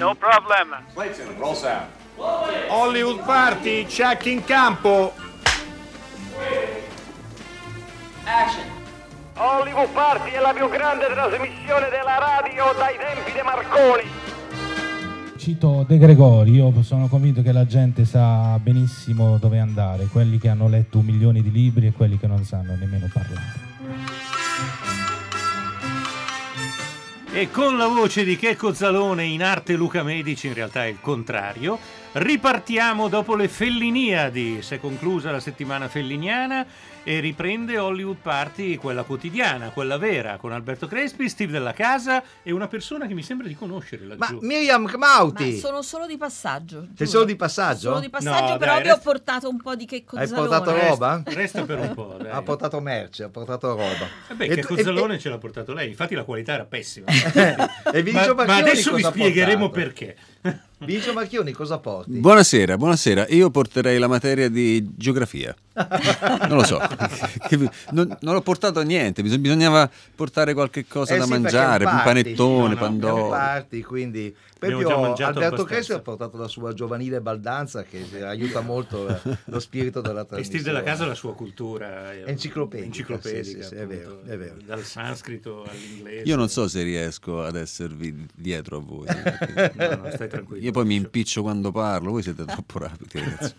No problem. Clayton, roll sound. Hollywood Party, check in campo. Action. Hollywood Party è la più grande trasmissione della radio dai tempi di Marconi. Cito De Gregori, io sono convinto che la gente sa benissimo dove andare, quelli che hanno letto 1 milione di libri e quelli che non sanno nemmeno parlare. E con la voce di Checco Zalone, in arte Luca Medici, in realtà è il contrario, ripartiamo dopo le Felliniadi. Si è conclusa la settimana felliniana e riprende Hollywood Party, quella quotidiana, quella vera, con Alberto Crespi, Steve Della Casa e una persona che mi sembra di conoscere laggiù. Ma Miriam Kmauti! Ma sono solo di passaggio. Sei solo di passaggio? Solo di passaggio, No, però dai, vi ho portato un po' di Checco Hai Zalone. portato roba? Resta per un po', dai. Ha portato merce, ha portato roba. Vabbè, Checco Zalone ce l'ha portato lei, infatti la qualità era pessima. E Vinicio ma Marchioni adesso vi cosa ha spiegheremo portato? perché. Vinicio Marchioni cosa porti? Buonasera, buonasera. Io porterei la materia di geografia. Non lo so. Non ho portato niente, bisognava portare qualche cosa da sì, mangiare, un panettone, No, pandoro. Parti, quindi Abbiamo già proprio mangiato Alberto abbastanza. Crespi ha portato la sua giovanile baldanza che aiuta molto lo spirito della E trasmissione. Steve Della Casa la sua cultura Enciclopedica, enciclopedica, sì, è vero, appunto, è vero. dal sanscrito all'inglese. Io non so se riesco ad esservi dietro a voi. No, stai tranquillo. Io poi mi impiccio quando parlo, voi siete troppo rapidi, ragazzi.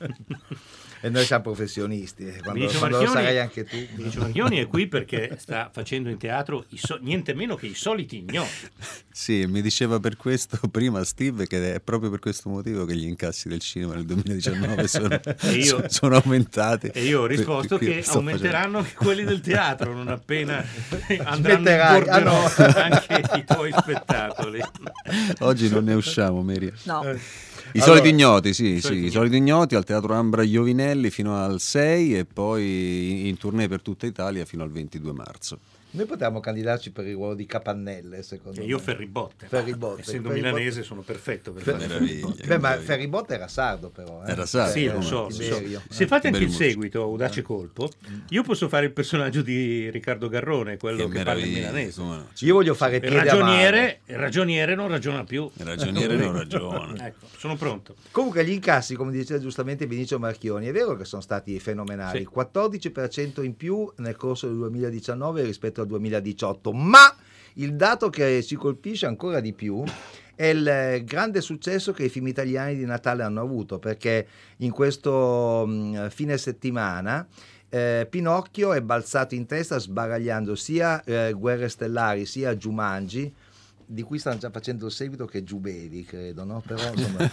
E noi siamo professionisti, quando Vinicio lo Marchioni- sarai anche tu. Vinicio Marchioni è qui perché sta facendo in teatro niente meno che i soliti ignoti. Sì, mi diceva per questo prima Steve che è proprio per questo motivo che gli incassi del cinema nel 2019 sono aumentati. E io ho risposto Per cui che sto aumenteranno anche quelli del teatro non appena andranno in Smetterai. borderò anche i tuoi spettacoli. Oggi non ne usciamo, Miriam. No. I soliti ignoti, sì, i soliti ignoti al Teatro Ambra Iovinelli fino al 6 e poi in tournée per tutta Italia fino al 22 marzo. Noi potevamo candidarci per il ruolo di Capannelle, secondo E me. io Ferribotte. Ferribotte. Essendo Ferribotte. milanese sono perfetto per fare Meraviglia. Ferribotte. Beh, ma Ferribotte era sardo però. Era sardo. Sì, lo so. Tiberio. Se fate anche il Tiberio seguito, Audace Colpo, io posso fare il personaggio di Riccardo Garrone, quello che parla in meraviglia, milanese. come no. Io voglio fare Il piede ragioniere non ragiona più. Il ragioniere non ragiona. Ecco, sono pronto. Comunque gli incassi, come diceva giustamente Vinicio Marchioni, è vero che sono stati fenomenali, Sì. 14% in più nel corso del 2019 rispetto al 2018, ma il dato che ci colpisce ancora di più è il grande successo che i film italiani di Natale hanno avuto, perché in questo fine settimana Pinocchio è balzato in testa sbaragliando sia Guerre Stellari sia Jumanji, di cui stanno già facendo il seguito, che è Giubedi, credo, no? Però insomma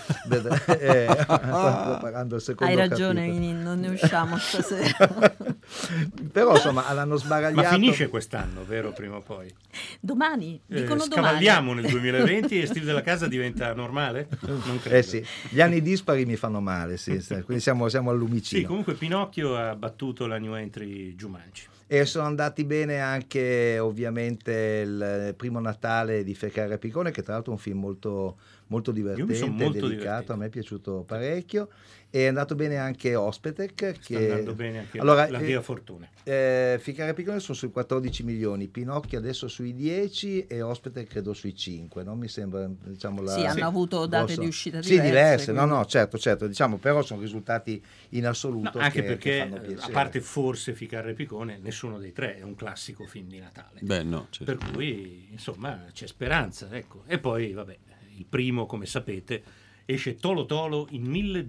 stanno preparando il secondo Hai ragione, capitolo. Vini, non ne usciamo stasera. Però insomma l'hanno sbaragliato. Ma finisce quest'anno, vero, prima o poi? Domani, dicono domani. Scavalliamo nel 2020 e Steve Della Casa diventa normale? Non credo. Sì, gli anni dispari mi fanno male, sì, quindi siamo al Sì, lumicino. comunque Pinocchio ha battuto la new entry Jumanji. E sono andati bene anche ovviamente il primo Natale di Fecare Piccone, che tra l'altro è un film molto, molto divertente, Io mi sono molto delicato, divertito. a me è piaciuto parecchio. È andato bene anche Ospetec, Sta andando bene anche allora, la Dea Fortuna. Ficare Piccone sono sui 14 milioni, Pinocchio adesso sui 10 e Ospite credo sui 5, non mi sembra, diciamo, Sì, hanno avuto date di uscita sì, diverse, no, no, certo, diciamo, però sono risultati in assoluto No, anche che perché, fanno piacere. a parte forse Ficarra e Piccone, nessuno dei tre è un classico film di Natale. Beh, no, certo. Per cui, insomma, c'è speranza, ecco. E poi, vabbè, il primo, come sapete, esce Tolo Tolo in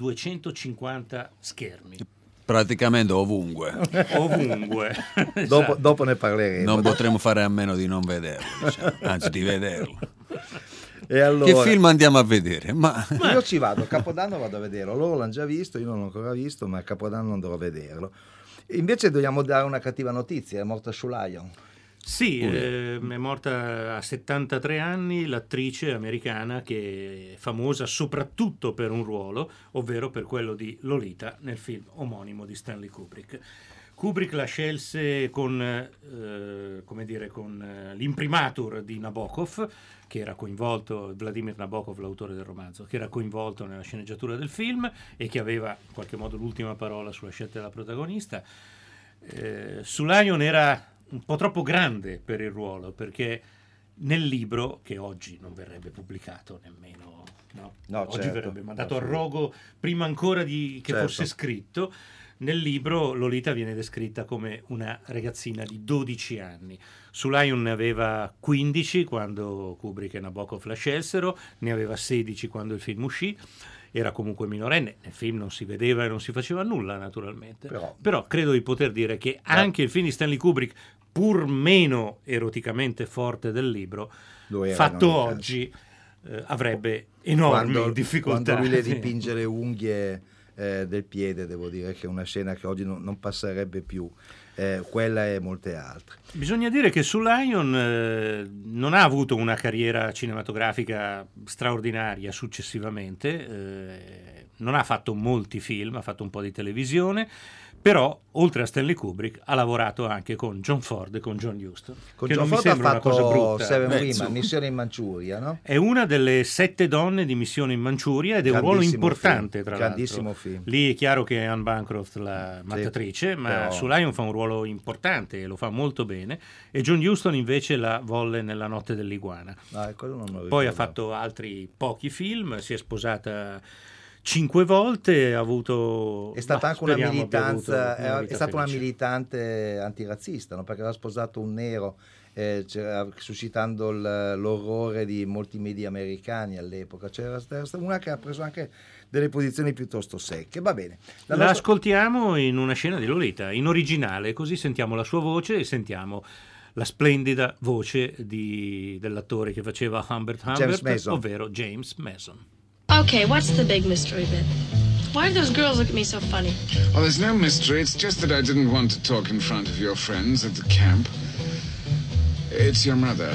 1250 schermi. Praticamente ovunque. Ovunque. Esatto. Dopo ne parleremo. Non potremo fare a meno di non vederlo, diciamo. Anzi di vederlo. E allora, Che film andiamo a vedere? Ma io ci vado, Capodanno vado a vederlo, loro l'hanno già visto, io non l'ho ancora visto, ma a Capodanno andrò a vederlo. Invece dobbiamo dare una cattiva notizia, è morta Shulayan. Sì, è morta a 73 anni l'attrice americana che è famosa soprattutto per un ruolo, ovvero per quello di Lolita nel film omonimo di Stanley Kubrick. Kubrick la scelse con l'imprimatur di Nabokov, che era coinvolto, Vladimir Nabokov, l'autore del romanzo, che era coinvolto nella sceneggiatura del film e che aveva in qualche modo l'ultima parola sulla scelta della protagonista. Sulayon era un po' troppo grande per il ruolo, perché Nel libro, che oggi non verrebbe pubblicato nemmeno, no, oggi certo, verrebbe mandato al rogo prima ancora che fosse scritto. Nel libro Lolita viene descritta come una ragazzina di 12 anni. Su Lion ne aveva 15 quando Kubrick e Nabokov la scelsero, ne aveva 16 quando il film uscì, era comunque minorenne, nel film non si vedeva e non si faceva nulla naturalmente, però credo di poter dire che anche il film di Stanley Kubrick, pur meno eroticamente forte del libro, fatto oggi avrebbe enormi difficoltà. Quando lui le dipinge le unghie del piede, devo dire che è una scena che oggi non passerebbe più, quella e molte altre. Bisogna dire che su Lion non ha avuto una carriera cinematografica straordinaria successivamente, non ha fatto molti film, ha fatto un po' di televisione, però oltre a Stanley Kubrick ha lavorato anche con John Ford e con John Huston. Con che John non Ford mi sembra ha una cosa fatto brutta. Seven Women, Missione in Manciuria, no? È una delle 7 donne di Missione in Manciuria ed è un ruolo importante, tra grandissimo l'altro. Film. Lì è chiaro che è Anne Bancroft la mattatrice, ma però su Lion fa un ruolo importante e lo fa molto bene, e John Huston invece la volle nella Notte dell'Iguana. Poi ha fatto altri pochi film, si è sposata 5 volte, ha avuto... È stata anche una militanza, è stata una militante antirazzista, no? Perché aveva sposato un nero, suscitando l'orrore di molti media americani all'epoca. C'era una che ha preso anche delle posizioni piuttosto secche. Va bene. La ascoltiamo in una scena di Lolita, in originale, così sentiamo la sua voce e sentiamo la splendida voce dell'attore che faceva Humbert, ovvero James Mason. Okay, what's the big mystery bit? Why do those girls look at me so funny? Oh, there's no mystery. It's just that I didn't want to talk in front of your friends at the camp. It's your mother.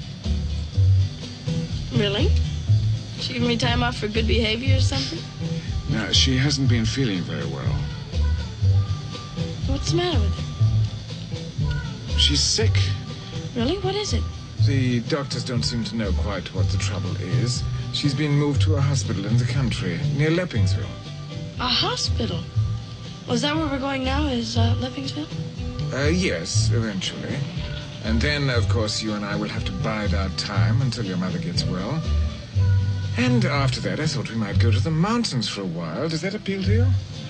Really? She gave me time off for good behavior or something? No, she hasn't been feeling very well. What's the matter with her? She's sick. Really? What is it? The doctors don't seem to know quite what the trouble is. She's been moved to a hospital in the country, near Leppingsville. A hospital? Was that where we're going now, is Leppingsville? Yes, eventually. And then, of course, you and I will have to bide our time until your mother gets well. And after that, I thought we might go to the mountains for a while. Does that appeal to you?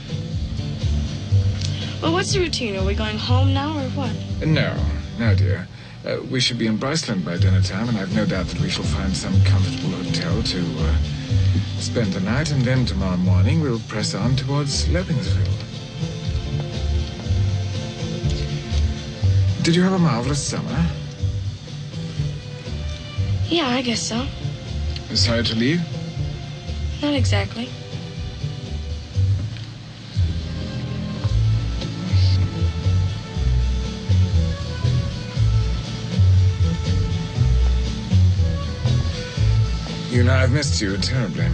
Well, what's the routine? Are we going home now or what? No, dear. We should be in Bryceland by dinner time, and I've no doubt that we shall find some comfortable hotel to spend the night, and then tomorrow morning we'll press on towards Leppingsville. Did you have a marvelous summer? Yeah, I guess so. Sorry to leave? Not exactly. You know, I've missed you terribly.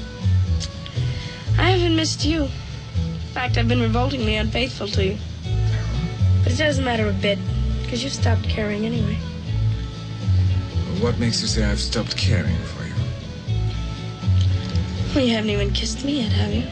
I haven't missed you. In fact, I've been revoltingly unfaithful to you. But it doesn't matter a bit, because you've stopped caring anyway. What makes you say I've stopped caring for you? Well, you haven't even kissed me yet, have you?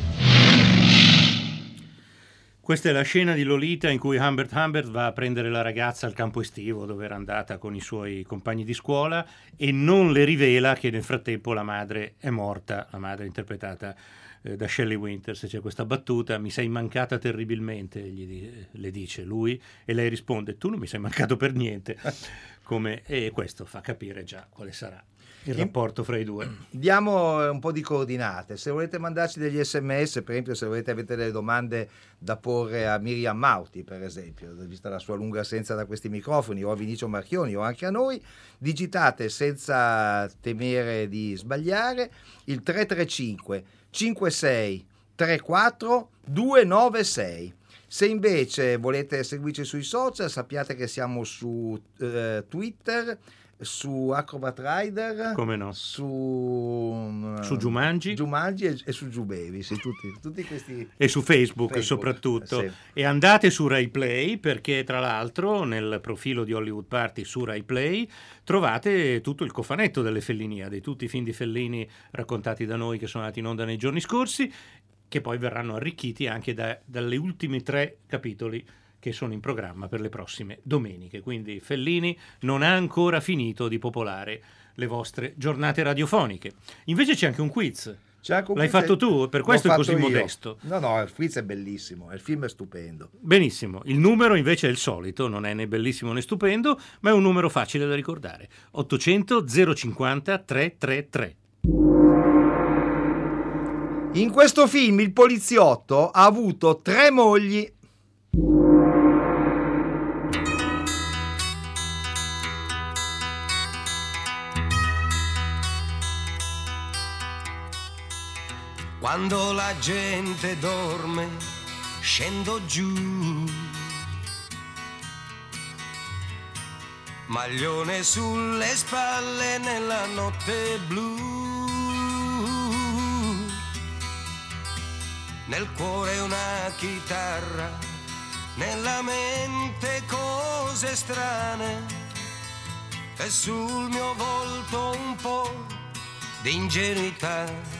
Questa è la scena di Lolita in cui Humbert va a prendere la ragazza al campo estivo dove era andata con i suoi compagni di scuola e non le rivela che nel frattempo la madre è morta, la madre interpretata da Shelley Winters. C'è questa battuta: mi sei mancata terribilmente, le dice lui, e lei risponde: tu non mi sei mancato per niente. E questo fa capire già quale sarà il rapporto fra i due. Diamo un po' di coordinate. Se volete mandarci degli sms, per esempio, se avete delle domande da porre a Miriam Mauti, per esempio, vista la sua lunga assenza da questi microfoni, o a Vinicio Marchioni o anche a noi, digitate senza temere di sbagliare il 335 56 34 296. Se invece volete seguirci sui social, sappiate che siamo su Twitter, su Acrobat Rider, come no, su Jumanji e su Jubaby, sì, tutti questi, e su Facebook soprattutto, sì. E andate su Rai Play, perché tra l'altro nel profilo di Hollywood Party su Rai Play trovate tutto il cofanetto delle Felliniadi, tutti i film di Fellini raccontati da noi che sono andati in onda nei giorni scorsi, che poi verranno arricchiti anche dalle ultimi 3 capitoli che sono in programma per le prossime domeniche. Quindi Fellini non ha ancora finito di popolare le vostre giornate radiofoniche. Invece c'è anche un quiz. L'hai fatto tu? Per questo è così modesto. No, il quiz è bellissimo, il film è stupendo. Benissimo, il numero invece è il solito, non è né bellissimo né stupendo, ma è un numero facile da ricordare. 800 050 333. In questo film il poliziotto ha avuto 3 mogli. Quando la gente dorme, scendo giù. Maglione sulle spalle nella notte blu. Nel cuore una chitarra, nella mente cose strane. E sul mio volto un po' di ingenuità.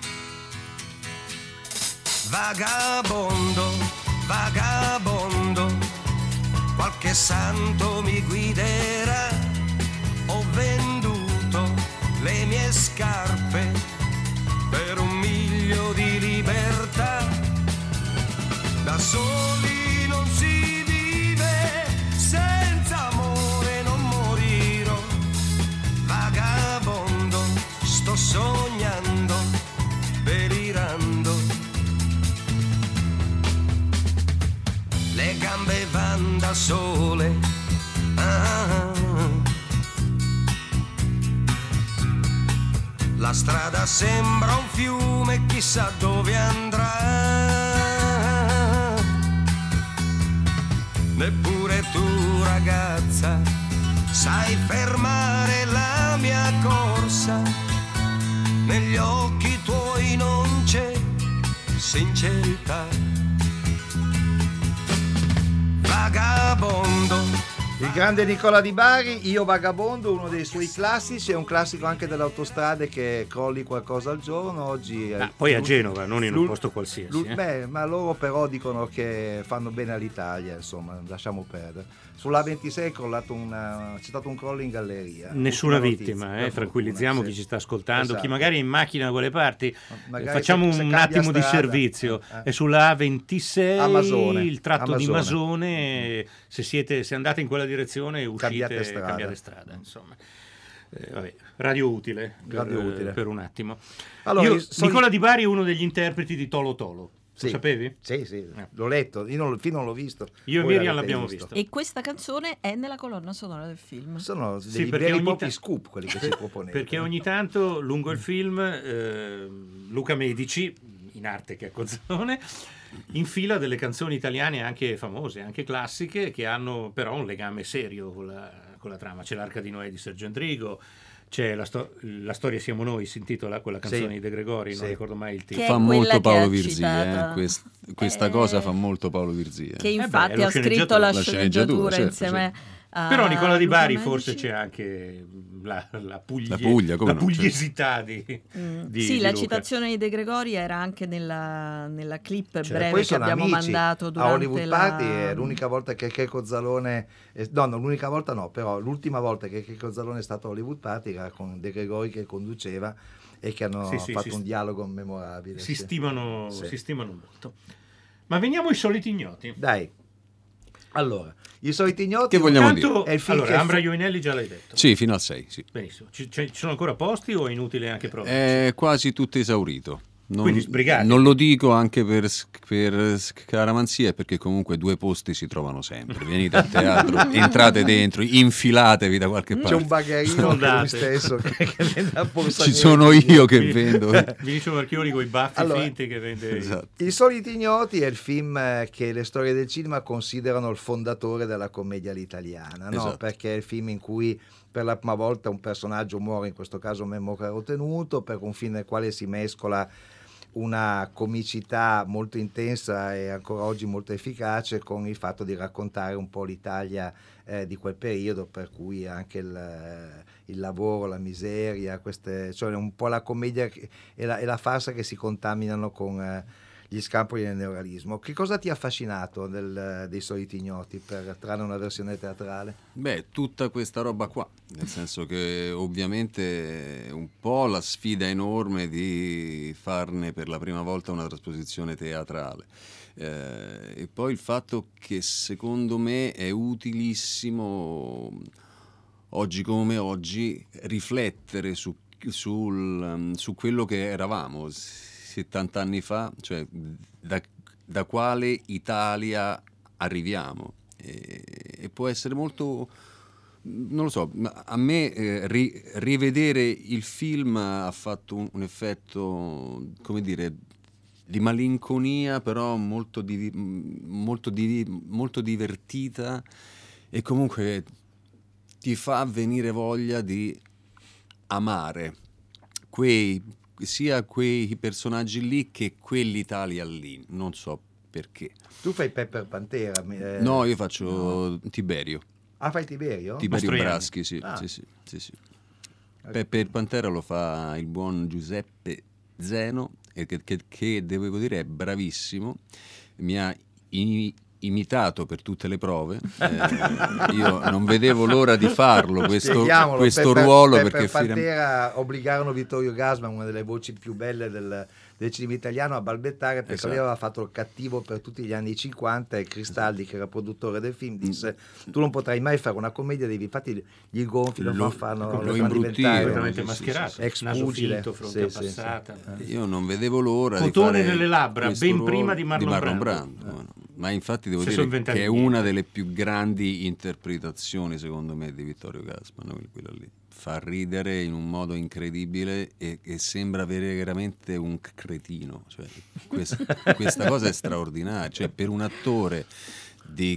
Vagabondo, vagabondo, qualche santo mi guiderà. Ho venduto le mie scarpe per 1 miglio di libertà. Da soli non si vive, senza amore non morirò. Vagabondo, sto sognando, delirando. Le gambe van da sole, la strada sembra un fiume, chissà dove andrà. Neppure tu, ragazza, sai fermare la mia corsa. Negli occhi tuoi non c'è sincerità. Vagabondo. Il grande Nicola Di Bari, Io vagabondo, uno dei suoi classici, è un classico anche delle autostrade che crolli qualcosa al giorno. Oggi poi a Genova, non in un posto qualsiasi. Ma loro però dicono che fanno bene all'Italia, insomma, lasciamo perdere. Sulla 26 è crollato c'è stato un crollo in galleria. Nessuna vittima, tranquillizziamo chi ci sta ascoltando, esatto. Chi magari è in macchina da quelle parti, facciamo un attimo di servizio. È sulla A26, Masone. il tratto di Masone, se andate in quella direzione uscite, cambiate strada, insomma. Radio utile per un attimo. Allora, Nicola Di Bari è uno degli interpreti di Tolo Tolo. Sì. Lo sapevi? Sì, l'ho letto, io il film non l'ho visto. Io e Miriam l'abbiamo visto. E questa canzone è nella colonna sonora del film. Sono dei veri e propri scoop quelli che si proponevano. Perché ogni tanto, lungo il film, Luca Medici, in arte che è Cozzalone, infila delle canzoni italiane anche famose, anche classiche, che hanno però un legame serio con la trama. C'è l'Arca di Noè di Sergio Endrigo, c'è la storia Siamo Noi, si intitola quella canzone di De Gregori, non ricordo mai il titolo. Fa molto Paolo Virzia, questa cosa fa molto Paolo Virzia. Che infatti ha scritto la sceneggiatura insieme a Però Nicola Di Bari Medici. forse c'è anche la pugliesità di la Luca. citazione di De Gregori era anche nella clip breve poi che abbiamo mandato durante a Hollywood Party. È l'unica volta che Checco Zalone l'unica volta no, però l'ultima volta che Checco Zalone è stato a Hollywood Party era con De Gregori che conduceva e che hanno fatto un dialogo memorabile. Si stimano molto. Ma veniamo ai soliti ignoti. Dai. Allora, I soliti ignoti. Che vogliamo dire? È il film allora, Ambra Ioinelli già l'hai detto. Sì, fino al 6. Sì. Benissimo. Ci sono ancora posti o è inutile anche provare? È quasi tutto esaurito. Quindi sbrigati. Non lo dico anche per scaramanzia, perché comunque 2 posti si trovano sempre. Venite al teatro, entrate dentro, infilatevi da qualche parte. C'è un bagherino lui stesso che vende a borsa. Ci sono io che vendo. Vinicio Marchiori con i baffi finti che vende. Esatto. I soliti ignoti è il film che le storie del cinema considerano il fondatore della commedia all'italiana, no? Esatto. Perché è il film in cui per la prima volta un personaggio muore, in questo caso Memmo Carotenuto, per un film nel quale si mescola una comicità molto intensa e ancora oggi molto efficace con il fatto di raccontare un po' l'Italia di quel periodo, per cui anche il lavoro, la miseria, cioè un po' la commedia e la farsa che si contaminano con gli scampoli del neorealismo. Che cosa ti ha affascinato dei Soliti Ignoti, per trarre una versione teatrale? Beh, tutta questa roba qua, nel senso che ovviamente un po' la sfida enorme di farne per la prima volta una trasposizione teatrale. E poi il fatto che secondo me è utilissimo oggi come oggi riflettere su quello che eravamo 70 anni fa, cioè da quale Italia arriviamo, e può essere molto, non lo so, a me rivedere il film ha fatto un effetto, come dire, di malinconia, però molto divertita, e comunque ti fa venire voglia di amare sia quei personaggi lì che quell'Italia lì, non so perché. Tu fai Pepper Pantera? No, io faccio Tiberio. Ah, fai Tiberio? Tiberio Braschi, sì. Sì. Okay. Per Pantera lo fa il buon Giuseppe Zeno, che devo dire è bravissimo, mi ha imitato per tutte le prove, io non vedevo l'ora di farlo questo ruolo, perché Pantera obbligarono Vittorio Gassman, una delle voci più belle del cinema italiano, a balbettare, perché lui aveva fatto il cattivo per tutti gli anni 50, e Cristaldi, che era produttore del film, disse: tu non potrai mai fare una commedia, devi, infatti gli gonfi lo fanno diventare completamente mascherato, ex naso pugile, finto, fronte passata. Io non vedevo l'ora cotone di fare nelle labbra, ben prima di Marlon Brando. Ma infatti devo dire che è una delle più grandi interpretazioni, secondo me, di Vittorio Gassman, quella lì. Fa ridere in un modo incredibile e sembra avere veramente un cretino, cioè, questa cosa è straordinaria, cioè, per un attore di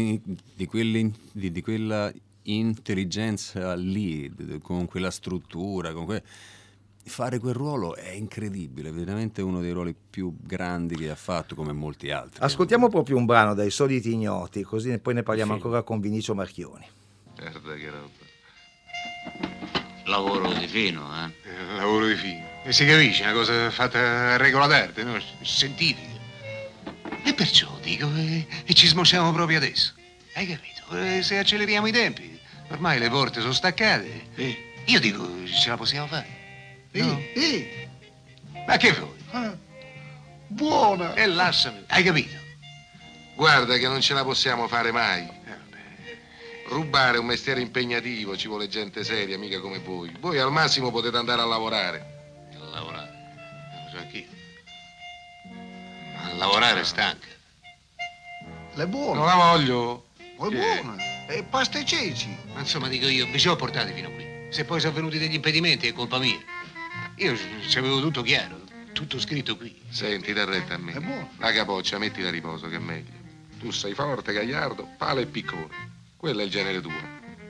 quella intelligenza lì, con quella struttura, fare quel ruolo è incredibile, veramente uno dei ruoli più grandi che ha fatto, come molti altri. Ascoltiamo proprio un brano dai Soliti Ignoti, così poi ne parliamo ancora con Vinicio Marchioni. Guarda che roba. Lavoro di fino, lavoro di fino. E si capisce, una cosa fatta a regola d'arte, no? Scientifica. E perciò dico, e ci smossiamo proprio adesso. Hai capito? Se acceleriamo i tempi, ormai le porte sono staccate. Io dico, ce la possiamo fare. No? Ma che vuoi? Buona! E lasciami, hai capito? Guarda che non ce la possiamo fare mai. Rubare è un mestiere impegnativo, ci vuole gente seria, mica come voi. Voi al massimo potete andare a lavorare. A lavorare? Lo so anch'io. Ma a lavorare è stanca. Le buone? Non la voglio. È buona. E pasta e ceci. Ma insomma, dico io, mi ci ho portati fino qui. Se poi sono venuti degli impedimenti è colpa mia. Io ci avevo tutto chiaro, tutto scritto qui. Senti, dai retta a me. È buono. La capoccia, mettila a riposo, che è meglio. Tu sei forte, gagliardo, palo e piccone. Quello è il genere tuo.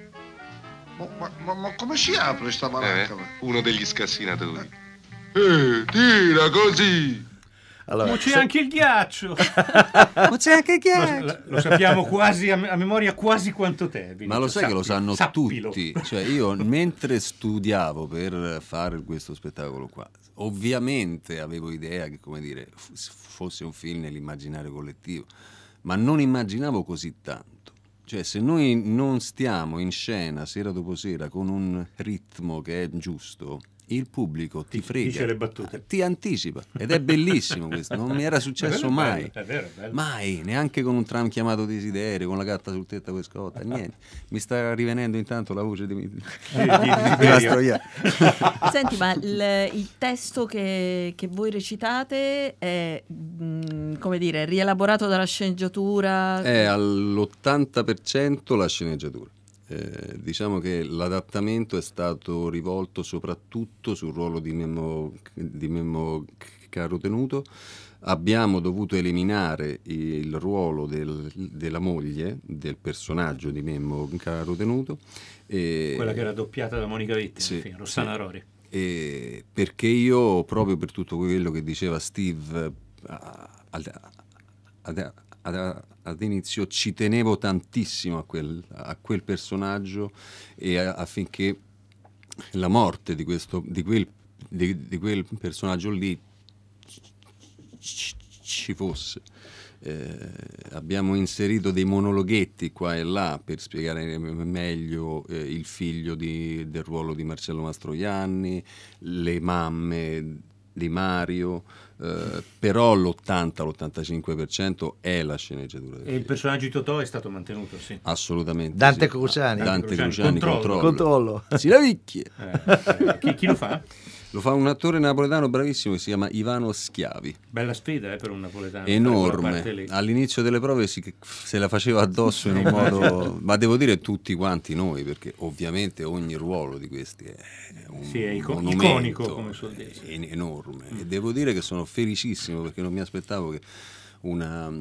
Ma come si apre sta malacca? Uno degli scassinatori. Tira così! Allora, c'è anche il ghiaccio. C'è anche il ghiaccio. Lo sappiamo quasi a memoria, quasi quanto te. Ma lo sai che lo sanno tutti. Cioè, io mentre studiavo per fare questo spettacolo qua, ovviamente avevo idea che, come dire, fosse un film nell'immaginario collettivo, ma non immaginavo così tanto. Cioè, se noi non stiamo in scena sera dopo sera con un ritmo che è giusto, il pubblico ti frega, dice le battute, ti anticipa, ed è bellissimo questo, non mi era successo mai, è vero. Mai, neanche con un tram chiamato Desiderio, con la gatta sul tetto con scotta, niente. Mi sta rivenendo intanto la voce di Mastroianni. Senti, ma il testo che voi recitate è, come dire, rielaborato dalla sceneggiatura? È all'80% la sceneggiatura. Diciamo che l'adattamento è stato rivolto soprattutto sul ruolo di Memmo Carotenuto. Abbiamo dovuto eliminare il ruolo della moglie del personaggio di Memmo Carotenuto, quella che era doppiata da Monica Vitti, sì, Rossana Rori, perché io, proprio per tutto quello che diceva Steve all'inizio, ci tenevo tantissimo a quel personaggio, e affinché la morte di quel personaggio lì ci fosse. Abbiamo inserito dei monologhetti qua e là per spiegare meglio il figlio del ruolo di Marcello Mastroianni, le mamme di Mario, però l'80-85% è la sceneggiatura del E il personaggio di Totò è stato mantenuto, sì. Assolutamente. Dante sì. Cruciani. Dante Cruciani, Controllo. Si la vicchie. Chi lo fa? Lo fa un attore napoletano bravissimo che si chiama Ivano Schiavi. Bella sfida per un napoletano. Enorme. All'inizio delle prove se la faceva addosso in un modo, ma devo dire tutti quanti noi, perché ovviamente ogni ruolo di questi è iconico, come suol dire. È enorme. E devo dire che sono felicissimo, perché non mi aspettavo che una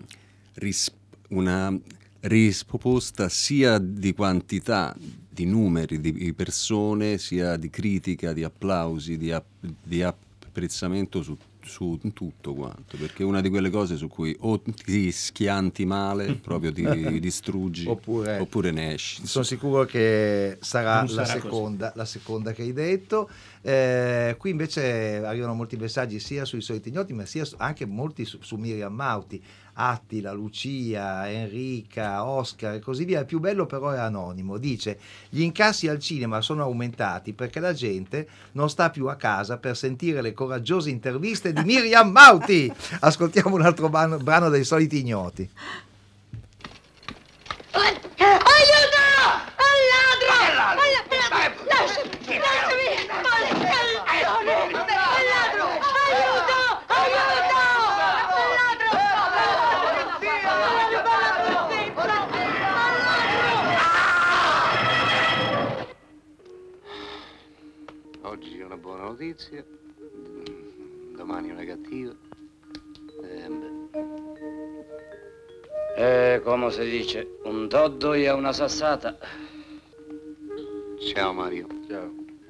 risposta sia di quantità di numeri, di persone, sia di critica, di applausi, di apprezzamento su tutto quanto, perché è una di quelle cose su cui o ti schianti male, proprio ti distruggi, oppure ne esci. Sono sicuro che sarà la seconda che hai detto. Qui invece arrivano molti messaggi sia sui Soliti Ignoti, ma sia anche molti su Miriam Mauti. Attila, Lucia, Enrica, Oscar e così via. Il più bello però è anonimo, dice: gli incassi al cinema sono aumentati perché la gente non sta più a casa per sentire le coraggiose interviste di Miriam Mauti. Ascoltiamo un altro brano dei Soliti Ignoti. Aiuto! Al ladro! Lasciami! Al ladro! Aiuto! Aiuto! Oggi è una buona notizia, domani una cattiva. Come si dice, un doddo e una sassata. Ciao Mario. Ciao.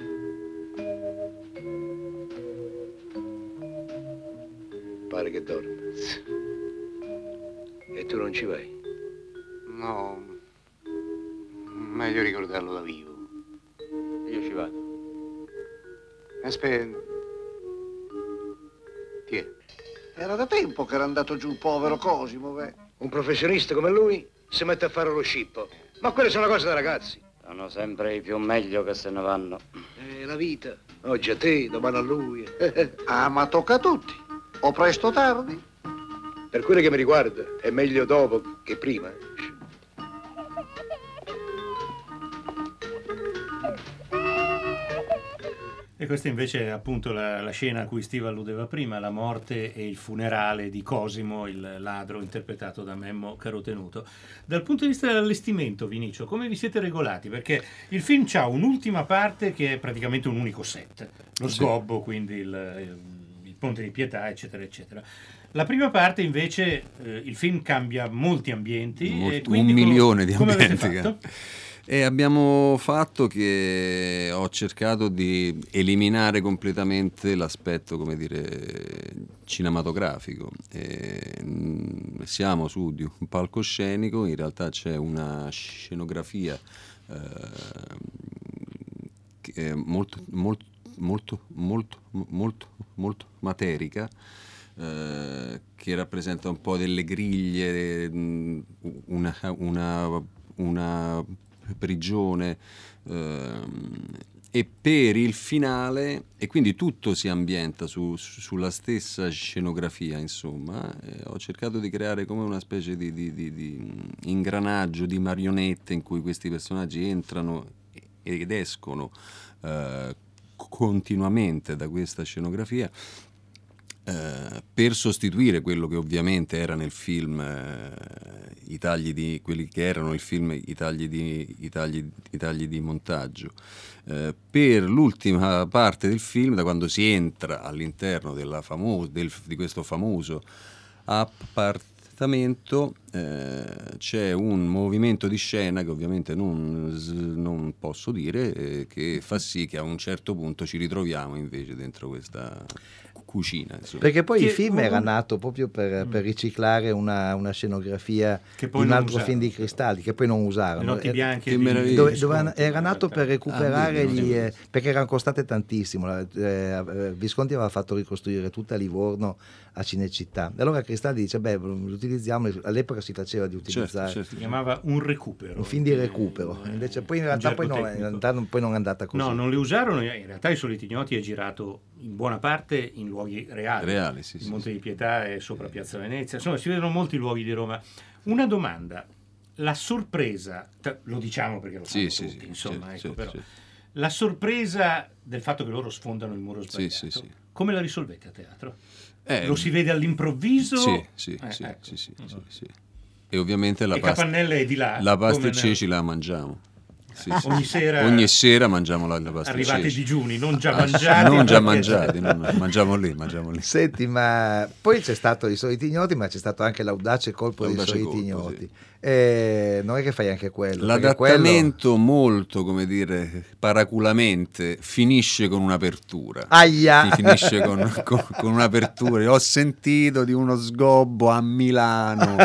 Pare che dormi. E tu non ci vai? No, meglio ricordarlo da vivo. Io ci vado. Aspetta. Chi è? Era da tempo che era andato giù il povero Cosimo, beh. Un professionista come lui si mette a fare lo scippo. Ma quelle sono cose da ragazzi. Sono sempre i più meglio che se ne vanno. La vita. Oggi a te, domani a lui. Ah, ma tocca a tutti. O presto o tardi. Per quello che mi riguarda, è meglio dopo che prima. E questa invece è appunto la scena a cui Steve alludeva prima, la morte e il funerale di Cosimo, il ladro interpretato da Memmo Carotenuto. Dal punto di vista dell'allestimento, Vinicio, come vi siete regolati? Perché il film ha un'ultima parte che è praticamente un unico set, lo sgobbo, quindi il Ponte di Pietà, eccetera, eccetera. La prima parte invece, il film cambia molti ambienti. E quindi 1 milione di come ambienti. avete fatto? E abbiamo fatto che ho cercato di eliminare completamente l'aspetto, come dire, cinematografico. Siamo su di un palcoscenico, in realtà c'è una scenografia che è molto materica, che rappresenta un po' delle griglie, una prigione, e per il finale, e quindi tutto si ambienta sulla stessa scenografia, insomma. Ho cercato di creare come una specie di ingranaggio di marionette in cui questi personaggi entrano ed escono continuamente da questa scenografia, per sostituire quello che ovviamente era nel film, i tagli di quelli che erano il film, i tagli di montaggio. Per l'ultima parte del film, da quando si entra all'interno di questo famoso appartamento, c'è un movimento di scena che ovviamente non posso dire, che fa sì che a un certo punto ci ritroviamo invece dentro cucina. Insomma. Perché poi il film era nato proprio per riciclare una scenografia di un altro film di Cristaldi che poi non usarono. Le Notti Bianche che meraviglia. Era nato per recuperare perché erano costate tantissimo. Visconti aveva fatto ricostruire tutta Livorno a Cinecittà. E allora Cristaldi dice: beh, lo utilizziamo. All'epoca si faceva di utilizzare. Si chiamava Un recupero. Un film di recupero. Invece poi in realtà poi non è andata così. No, non le usarono. In realtà I Soliti Ignoti è girato in buona parte in luoghi reali. Il Monte di Pietà è sopra Piazza Venezia. Insomma, si vedono molti luoghi di Roma. Una domanda. La sorpresa, lo diciamo perché lo sanno tutti, insomma, però. La sorpresa del fatto che loro sfondano il muro sbagliato, come la risolvete a teatro? Lo si vede all'improvviso? Sì. E ovviamente la capannella è di là. La pasta e ceci la mangiamo. Ogni sera mangiamo la pasta e ceci. Arrivate digiuni, non già mangiati. Non già mangiati, mangiamo lì. Senti, ma poi c'è stato I Soliti Ignoti, ma c'è stato anche l'audace colpo dei Soliti Ignoti. Non è che fai anche quello. L'adattamento molto, come dire, paraculamente finisce con un'apertura. Aia! Finisce con un'apertura. Ho sentito di uno sgobbo a Milano.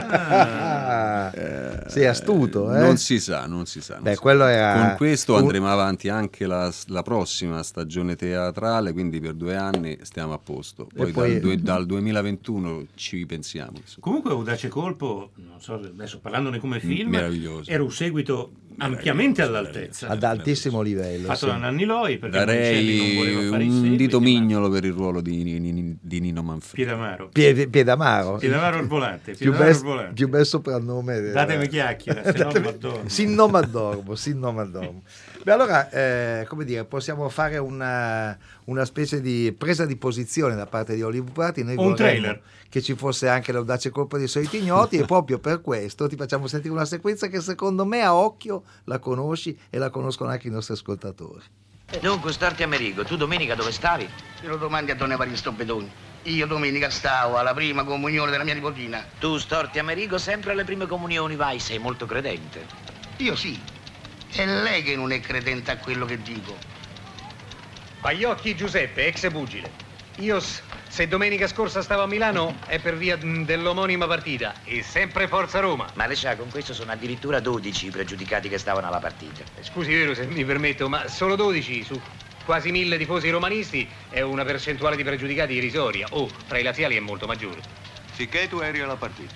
Sei astuto, Non si sa. Beh, quello era... Con questo andremo avanti anche la prossima stagione teatrale, quindi per 2 anni stiamo a posto. Poi dal 2021 ci pensiamo. Comunque Audace Colpo, non so, adesso parlandone come film, meraviglioso. Era un seguito ampiamente all'altezza. Ad altissimo livello. Fatto da Nanni Loi, perché darei non voleva fare un dito mignolo per il ruolo di Nino Manfredi. Piedamaro al volante. Più bel soprannome. Datemi chiacchiera, se no non m'addormo. Beh, allora, come dire, possiamo fare una specie di presa di posizione da parte di Olivo Prati. Noi vorremmo trailer che ci fosse anche l'audace colpo dei Soliti Ignoti e proprio per questo ti facciamo sentire una sequenza che secondo me a occhio la conosci e la conoscono anche i nostri ascoltatori. Dunque, Storti Amerigo, tu domenica dove stavi? Se lo domandi a Don Evaristo Bedoni. Io domenica stavo alla prima comunione della mia nipotina. Tu, Storti Amerigo, sempre alle prime comunioni vai, sei molto credente. Io sì. È lei che non è credente a quello che dico. Baiocchi Giuseppe, ex pugile. Io, se domenica scorsa stavo a Milano, è per via dell'omonima partita. E sempre Forza Roma. Ma le sa, con questo sono addirittura 12 i pregiudicati che stavano alla partita. Scusi, vero, se mi permetto, ma solo 12 su quasi 1000 tifosi romanisti è una percentuale di pregiudicati irrisoria. Tra i laziali è molto maggiore. Sicché tu eri alla partita.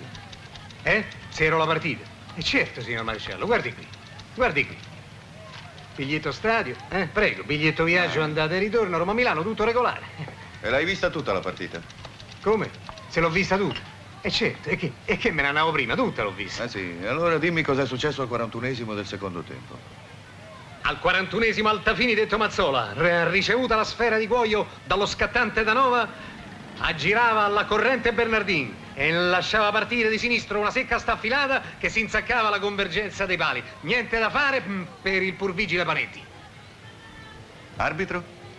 Se ero alla partita? Certo, signor Maresciallo, guardi qui. Guardi qui. Biglietto stadio, prego, biglietto viaggio, andata e ritorno, Roma-Milano, tutto regolare. E l'hai vista tutta la partita? Come? Se l'ho vista tutta? Certo, e che me ne andavo prima, tutta l'ho vista. Sì, allora dimmi cos'è successo al 41esimo del secondo tempo. Al 41esimo Altafini detto Mazzola, ricevuta la sfera di cuoio dallo scattante Danova, aggirava alla corrente Bernardin e lasciava partire di sinistro una secca staffilata che si insaccava alla convergenza dei pali. Niente da fare per il purvigile Panetti. Arbitro?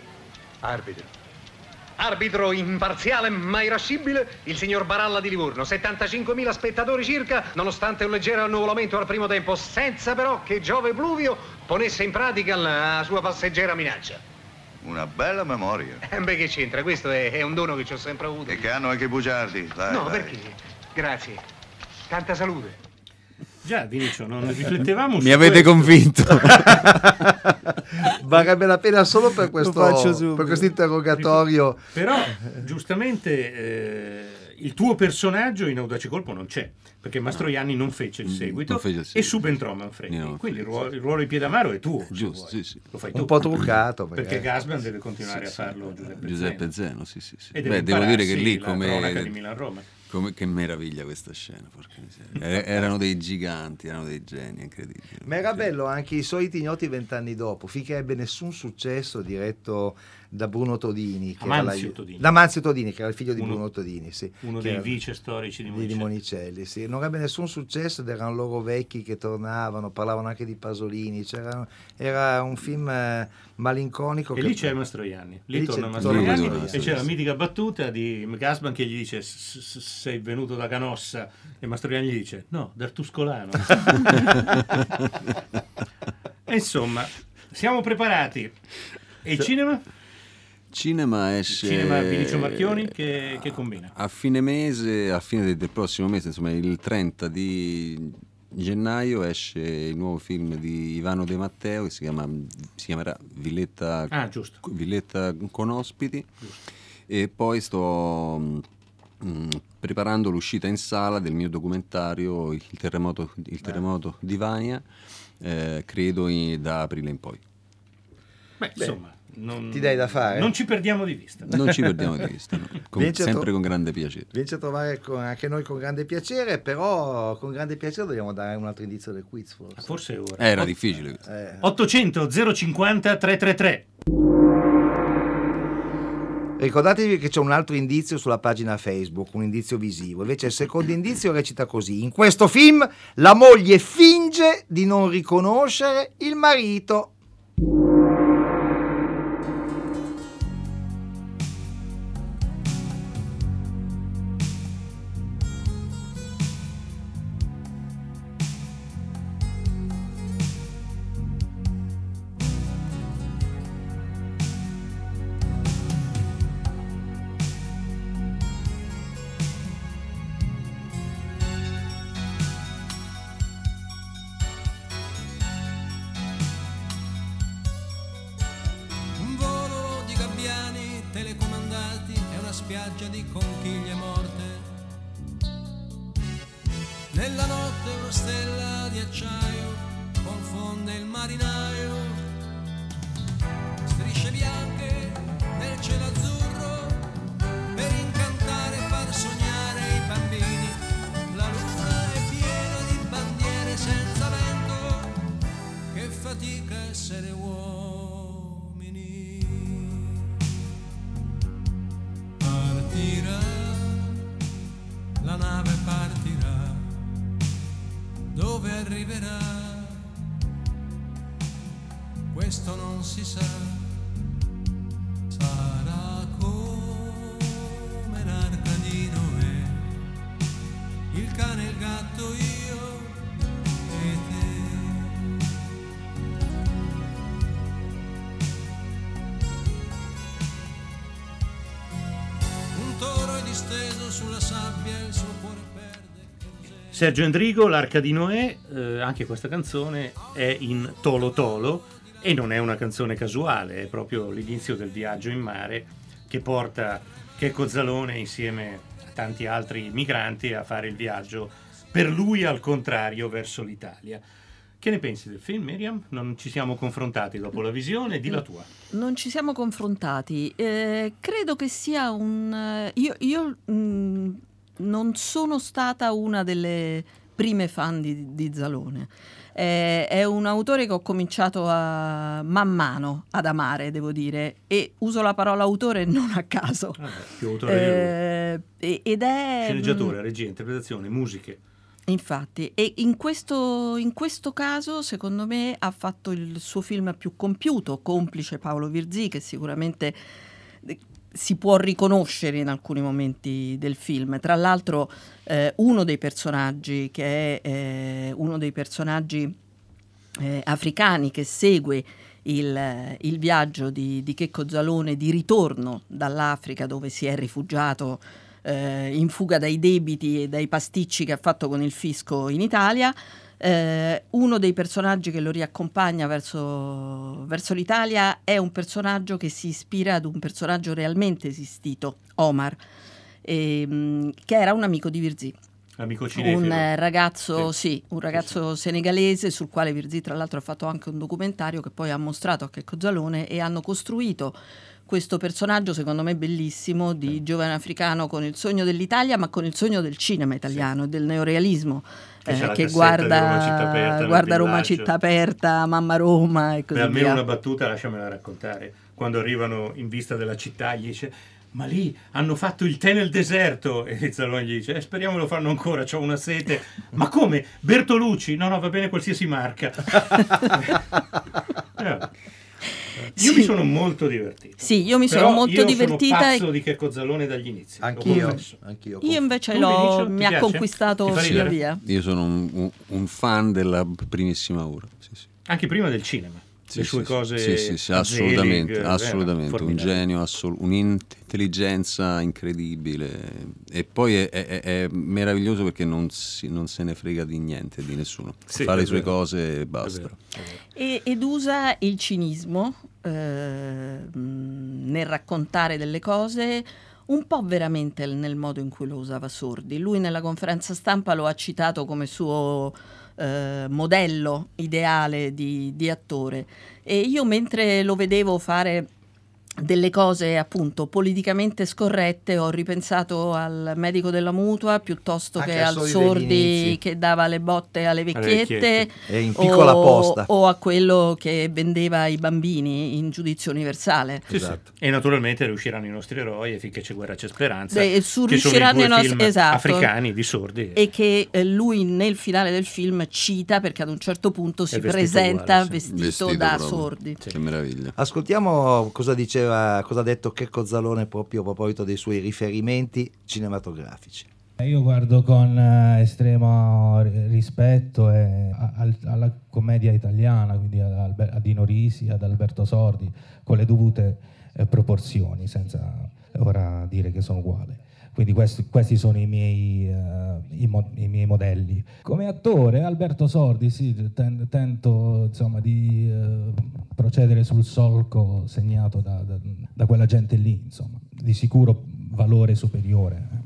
Arbitro imparziale ma irascibile, il signor Baralla di Livorno. 75.000 spettatori circa, nonostante un leggero annuvolamento al primo tempo, senza però che Giove Pluvio ponesse in pratica la sua passeggera minaccia. Una bella memoria. Beh, che c'entra? Questo è un dono che ci ho sempre avuto. E che hanno anche i bugiardi. Dai. Perché? Grazie. Tanta salute. Già, Vinicio, non riflettevamo su Mi avete convinto. Varrebbe la pena solo per questo interrogatorio. Però, giustamente, il tuo personaggio in Audace Colpo non c'è, perché Mastroianni non fece il seguito e subentrò Manfredi. Quindi il ruolo di Piedamaro è tuo. Giusto, sì. Lo fai tu. Un po' truccato. Perché Gasman deve continuare a farlo Giuseppe Zeno, sì. Beh, devo dire che lì come di Milan-Roma. Che meraviglia questa scena, porca miseria. Erano dei giganti, erano dei geni incredibili. Ma era bello anche I Soliti Ignoti 20 anni dopo, finché ebbe nessun successo, diretto da Bruno Todini, Manzio Todini, che era il figlio di Bruno Todini, sì, uno dei vice storici di Monicelli, sì. Non ebbe nessun successo ed erano loro vecchi che tornavano, parlavano anche di Pasolini, era un film malinconico. E lì c'è Mastroianni, lì torna Mastroianni e c'è la mitica battuta di Gasman che gli dice: sei venuto da Canossa, e Mastroianni gli dice: no, dal Tuscolano. E insomma, siamo preparati. E il cinema? cinema esce... Cinema Vinicio Marchioni che combina? A fine mese, a fine del prossimo mese, insomma il 30 di gennaio esce il nuovo film di Ivano De Matteo che si chiamerà Villetta, Villetta con ospiti. Giusto. E poi sto preparando l'uscita in sala del mio documentario Il terremoto di Vania, credo da aprile in poi. Beh, insomma, ti dai da fare? Non ci perdiamo di vista. Non ci perdiamo di vista, no. Sempre con grande piacere. Vieni a trovare anche noi con grande piacere, però con grande piacere dobbiamo dare un altro indizio del quiz, forse. Forse è ora. Era difficile. 800 050 333. Ricordatevi che c'è un altro indizio sulla pagina Facebook, un indizio visivo. Invece il secondo indizio recita così: in questo film la moglie finge di non riconoscere il marito. Spiaggia di conchiglie morte, nella notte una stella di acciaio confonde il marinaio, strisce bianche nel cielo azzurro per incantare e far sognare i bambini. La luna è piena di bandiere senza vento, che fatica essere uomini. La nave partirà, dove arriverà, questo non si sa, sarà come l'arca di Noè, il cane, il gatto, io e te. Un toro è disteso sulla sabbia, il suo cuore perde. Sergio Endrigo, L'Arca di Noè, anche questa canzone è in Tolo Tolo e non è una canzone casuale, è proprio l'inizio del viaggio in mare che porta Checco Zalone insieme a tanti altri migranti a fare il viaggio per lui al contrario verso l'Italia. Che ne pensi del film, Miriam? Non ci siamo confrontati dopo la visione, di la tua. Non ci siamo confrontati. Credo che sia un... Io non sono stata una delle prime fan di Zalone. È un autore che ho cominciato man mano ad amare, devo dire, e uso la parola autore non a caso. Più autore di lui. Ed è... Sceneggiatore, regia, interpretazione, musiche. Infatti, e in questo caso, secondo me, ha fatto il suo film più compiuto, complice Paolo Virzì, che sicuramente si può riconoscere in alcuni momenti del film. Tra l'altro, uno dei personaggi, che è uno dei personaggi africani che segue il viaggio di Checco Zalone di ritorno dall'Africa, dove si è rifugiato in fuga dai debiti e dai pasticci che ha fatto con il fisco in Italia. Uno dei personaggi che lo riaccompagna verso l'Italia è un personaggio che si ispira ad un personaggio realmente esistito, Omar, che era un amico di Virzì. Amico cinefilo. Un ragazzo senegalese sul quale Virzì tra l'altro ha fatto anche un documentario che poi ha mostrato a Checco Zalone, e hanno costruito questo personaggio secondo me bellissimo di giovane africano con il sogno dell'Italia, ma con il sogno del cinema italiano e del neorealismo, che guarda Roma città aperta, Mamma Roma e così via. Almeno una battuta lasciamela raccontare. Quando arrivano in vista della città gli dice: ma lì hanno fatto il tè nel deserto, e Zalone gli dice: speriamo lo fanno ancora, c'ho una sete. Ma come? Bertolucci? No, va bene qualsiasi marca. Io mi sono molto divertito. Sì, io mi sono molto divertita. Io sono pazzo di Checco Zalone dagli inizi. Anch'io. Io invece mi ha conquistato via. Io sono un fan della primissima ora. Sì, sì. Anche prima del cinema. le sue cose. Sì, assolutamente, assolutamente. Un genio, un'intelligenza incredibile. E poi è meraviglioso perché non se ne frega di niente, di nessuno. Fa le sue cose e basta. Ed usa il cinismo nel raccontare delle cose un po' veramente nel modo in cui lo usava Sordi. Lui nella conferenza stampa lo ha citato come suo modello ideale di attore, e io mentre lo vedevo fare delle cose appunto politicamente scorrette ho ripensato al medico della mutua piuttosto che al Sordi che dava le botte alle vecchiette e in piccola posta, o a quello che vendeva i bambini in Giudizio Universale. Esatto. E naturalmente riusciranno i nostri eroi, e finché c'è guerra c'è speranza, che sono i due film africani di Sordi, e che lui nel finale del film cita, perché ad un certo punto si presenta uguale, vestito da proprio. Sordi. Che meraviglia. Ascoltiamo cosa ha detto Checco Zalone proprio a proposito dei suoi riferimenti cinematografici. Io guardo con estremo rispetto alla commedia italiana, quindi a Dino Risi, ad Alberto Sordi, con le dovute proporzioni, senza ora dire che sono uguali. Quindi questi sono i miei modelli. Come attore, Alberto Sordi, sì, tento insomma di procedere sul solco segnato da quella gente lì, insomma, di sicuro valore superiore.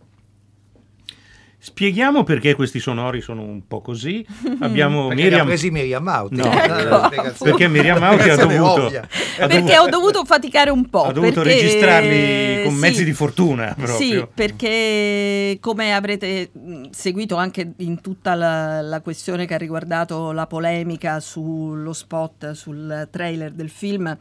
Spieghiamo perché questi sonori sono un po' così. Abbiamo perché li ha presi Miriam Mauti. No, perché Miriam Mauti ho dovuto faticare un po'. Ha dovuto registrarli con mezzi di fortuna proprio. Sì, perché come avrete seguito anche in tutta la questione che ha riguardato la polemica sullo spot, sul trailer del film,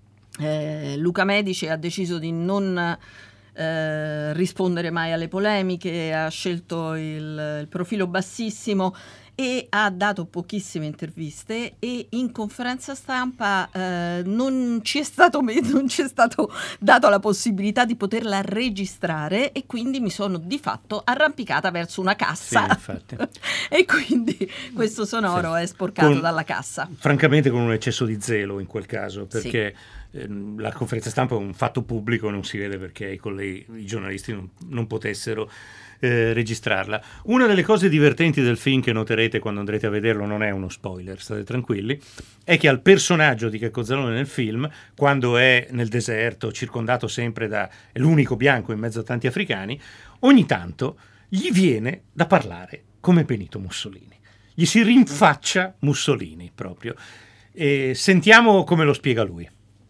Luca Medici ha deciso di non rispondere mai alle polemiche, ha scelto il profilo bassissimo e ha dato pochissime interviste, e in conferenza stampa non ci è stato dato la possibilità di poterla registrare, e quindi mi sono di fatto arrampicata verso una cassa. Sì, e quindi questo sonoro è sporcato dalla cassa. Francamente con un eccesso di zelo in quel caso, perché la conferenza stampa è un fatto pubblico, non si vede perché i giornalisti non potessero registrarla. Una delle cose divertenti del film, che noterete quando andrete a vederlo, non è uno spoiler, state tranquilli, è che al personaggio di Checco Zalone nel film, quando è nel deserto circondato sempre è l'unico bianco in mezzo a tanti africani, ogni tanto gli viene da parlare come Benito Mussolini, gli si rinfaccia Mussolini proprio, e sentiamo come lo spiega lui.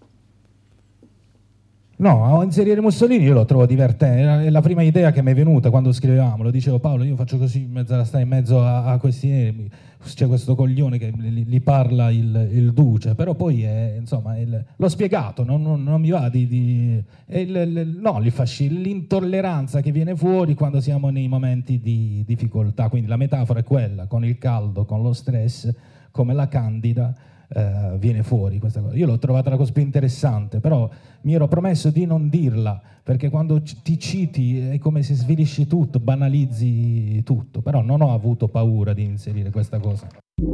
No, a inserire Mussolini io lo trovo divertente, è la prima idea che mi è venuta quando scrivevamo, lo dicevo Paolo, io faccio così, stai in mezzo a questi, c'è questo coglione che gli parla il duce, però poi insomma l'ho spiegato, non mi va l'intolleranza che viene fuori quando siamo nei momenti di difficoltà, quindi la metafora è quella, con il caldo, con lo stress, come la candida. Viene fuori questa cosa. Io l'ho trovata una cosa più interessante, però mi ero promesso di non dirla, perché quando ti citi è come se svilisci tutto, banalizzi tutto, però non ho avuto paura di inserire questa cosa.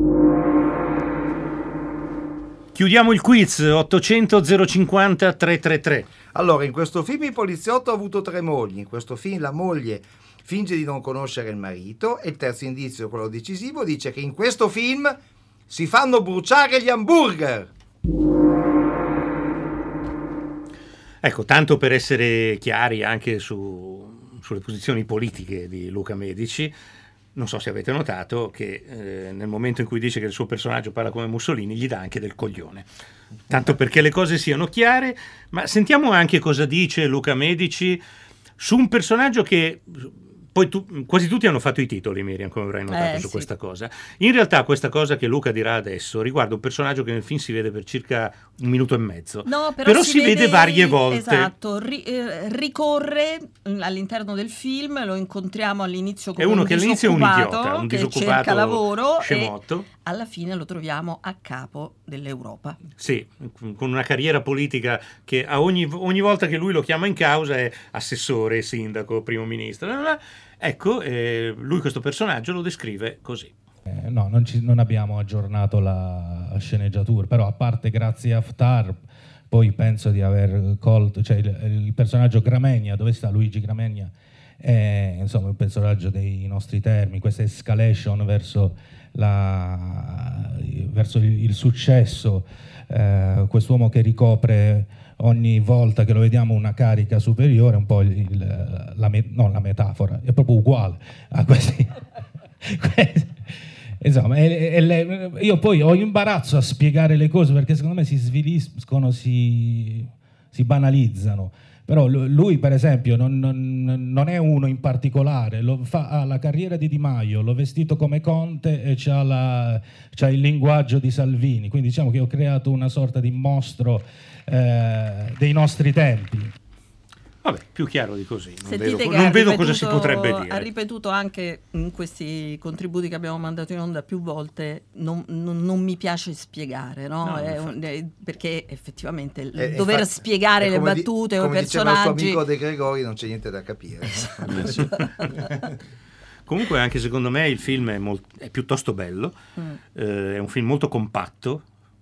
Chiudiamo il quiz. 800 050 333. Allora, in questo film il poliziotto ha avuto 3 mogli. In questo film la moglie finge di non conoscere il marito, e il terzo indizio, quello decisivo, dice che in questo film si fanno bruciare gli hamburger. Ecco, tanto per essere chiari anche sulle posizioni politiche di Luca Medici, non so se avete notato che nel momento in cui dice che il suo personaggio parla come Mussolini, gli dà anche del coglione. Tanto perché le cose siano chiare, ma sentiamo anche cosa dice Luca Medici su un personaggio che... Poi quasi tutti hanno fatto i titoli, Miriam, come avrai notato su questa cosa. In realtà questa cosa che Luca dirà adesso riguarda un personaggio che nel film si vede per circa 1 minuto e mezzo. No, però si vede varie volte. Esatto, ricorre all'interno del film, lo incontriamo all'inizio come uno che all'inizio è un idiota, un che disoccupato, cerca lavoro, scemotto. E alla fine lo troviamo a capo dell'Europa. Sì, con una carriera politica che ogni volta che lui lo chiama in causa è assessore, sindaco, primo ministro. Ecco, lui questo personaggio lo descrive così. No, non abbiamo aggiornato la sceneggiatura, però a parte grazie a Haftar, poi penso di aver colto, cioè il personaggio Gramegna, dove sta Luigi Gramegna, è insomma un personaggio dei nostri termini, questa escalation verso il successo, quest'uomo che ricopre ogni volta che lo vediamo una carica superiore, un po' non la metafora, è proprio uguale a questi. Insomma, io poi ho imbarazzo a spiegare le cose perché secondo me si sviliscono, si banalizzano. Però lui, per esempio, non è uno in particolare, ha la carriera di Di Maio, l'ho vestito come Conte e c'ha il linguaggio di Salvini. Quindi diciamo che ho creato una sorta di mostro dei nostri tempi. Vabbè, più chiaro di così. Non vedo cosa si potrebbe dire. Ha ripetuto anche in questi contributi che abbiamo mandato in onda più volte, non mi piace spiegare, no? Perché effettivamente dover spiegare le battute o i personaggi... Come diceva il suo amico De Gregori, non c'è niente da capire. Comunque anche secondo me il film è piuttosto bello, è un film molto compatto,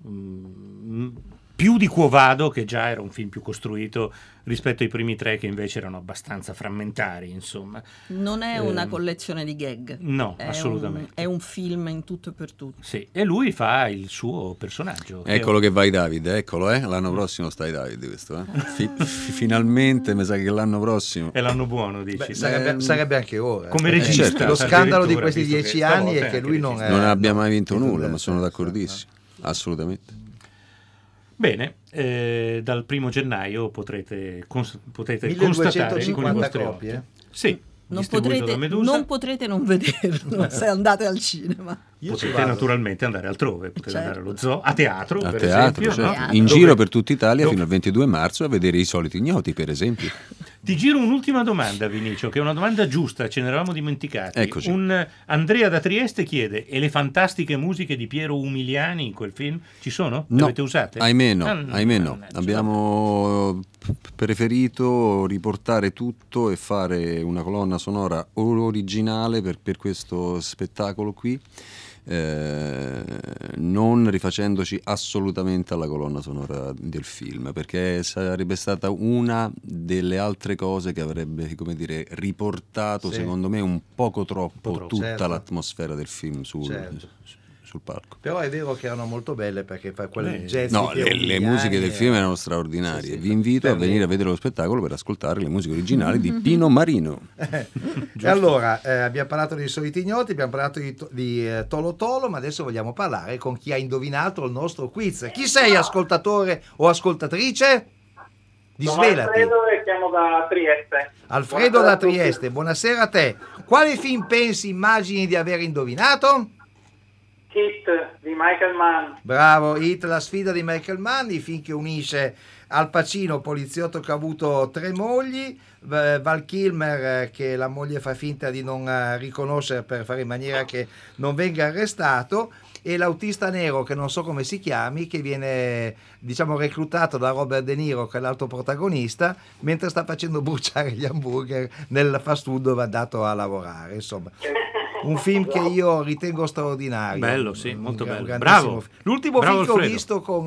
più di Quo Vado, che già era un film più costruito rispetto ai primi tre che invece erano abbastanza frammentari, insomma. Non è una collezione di gag. No, assolutamente. È un film in tutto e per tutto. Sì, e lui fa il suo personaggio. Eccolo che vai Davide, eccolo, l'anno prossimo stai Davide questo, Finalmente mi sa che l'anno prossimo. È l'anno buono, dici? Sarebbe anche ora. Come regista. Certo. Lo scandalo di questi 10 anni è che lui non abbia mai vinto nulla, ma sono d'accordissimo, assolutamente. Bene, dal 1 gennaio potete constatare con i vostri occhi. Sì, non potrete non vederlo se andate al cinema. Potete naturalmente andare altrove, potete andare allo zoo, a teatro, per esempio. Certo. No? In giro per tutta Italia fino al 22 marzo a vedere I Soliti Ignoti, per esempio. Ti giro un'ultima domanda, Vinicio, che è una domanda giusta, ce ne eravamo dimenticati. Eccoci. Andrea da Trieste chiede: e le fantastiche musiche di Piero Umiliani in quel film ci sono? Le avete usate? Ahimè no. Abbiamo preferito riportare tutto e fare una colonna sonora originale per questo spettacolo qui, non rifacendoci assolutamente alla colonna sonora del film, perché sarebbe stata una delle altre cose che avrebbe, come dire, riportato secondo me un poco troppo tutta l'atmosfera del film sul palco. Però è vero che erano molto belle, perché fa quel jazz. No, le musiche del film erano straordinarie. Vi invito a venire a vedere lo spettacolo per ascoltare le musiche originali di Pino Marino. E allora abbiamo parlato dei Soliti Ignoti, abbiamo parlato di Tolo Tolo, ma adesso vogliamo parlare con chi ha indovinato il nostro quiz. Chi sei, ascoltatore o ascoltatrice? Disvelati. Alfredo e chiamo da Trieste. Alfredo da Trieste, buonasera a te. Quale film pensi, immagini di aver indovinato? Hit di Michael Mann. Bravo, Hit, la sfida di Michael Mann, il film che unisce Al Pacino, poliziotto che ha avuto 3 mogli, Val Kilmer che la moglie fa finta di non riconoscere per fare in maniera che non venga arrestato, e l'autista nero, che non so come si chiami, che viene, diciamo, reclutato da Robert De Niro, che è l'altro protagonista, mentre sta facendo bruciare gli hamburger nel fast food dove è andato a lavorare. Insomma, un film che io ritengo straordinario. Bello, sì, molto bello. Bravo. L'ultimo film che ho visto con...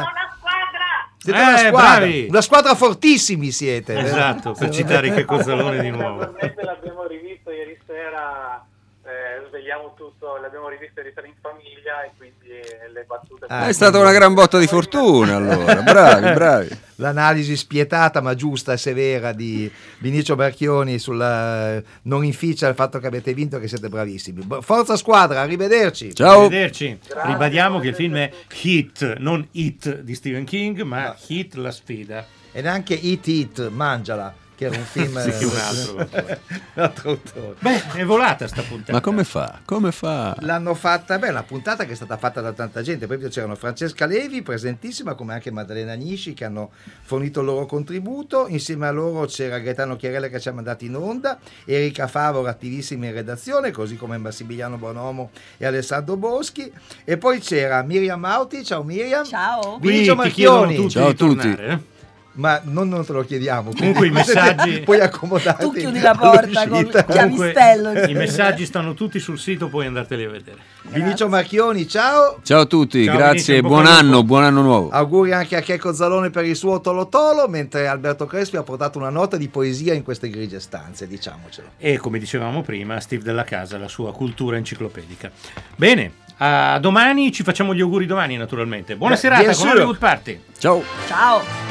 Siete una squadra, bravi. Una squadra fortissimi siete. Esatto, per citare che Cozzalone di nuovo. L'abbiamo rivisto ieri sera, svegliamo tutto, l'abbiamo rivisto ieri sera in famiglia e quindi le battute... È stata una gran botta di fortuna allora, bravi. L'analisi spietata ma giusta e severa di Vinicio Marchioni non inficia il fatto che avete vinto, che siete bravissimi. Forza squadra, arrivederci. Ciao. Arrivederci. Ribadiamo che il film è Hit, non It di Stephen King, ma Hit, la sfida. E neanche Eat, mangiala, che era un film sì, un altro autore. Beh, è volata sta puntata. Ma come fa? L'hanno fatta, la puntata che è stata fatta da tanta gente. Poi c'erano Francesca Levi, presentissima, come anche Maddalena Agnisci, che hanno fornito il loro contributo. Insieme a loro c'era Gaetano Chiarella, che ci ha mandato in onda, Erika Favora, attivissima in redazione, così come Massimiliano Bonomo e Alessandro Boschi, e poi c'era Miriam Mauti. Ciao Miriam. Ciao. Vinicio Marchioni. Ciao a tutti. Ma non te lo chiediamo. Comunque i messaggi... Puoi accomodarti. Tu chiudi la porta con il chiavistello. I messaggi stanno tutti sul sito, puoi andarteli a vedere. Vinicio Marchioni, ciao. Ciao a tutti, Ciao, grazie, Vinicio, buon anno nuovo. Auguri anche a Checco Zalone per il suo Tolo Tolo, mentre Alberto Crespi ha portato una nota di poesia in queste grigie stanze, diciamocelo. E come dicevamo prima, Steve Della Casa, la sua cultura enciclopedica. Bene, a domani, ci facciamo gli auguri domani naturalmente. Buona serata con Hollywood Party. Ciao. Ciao.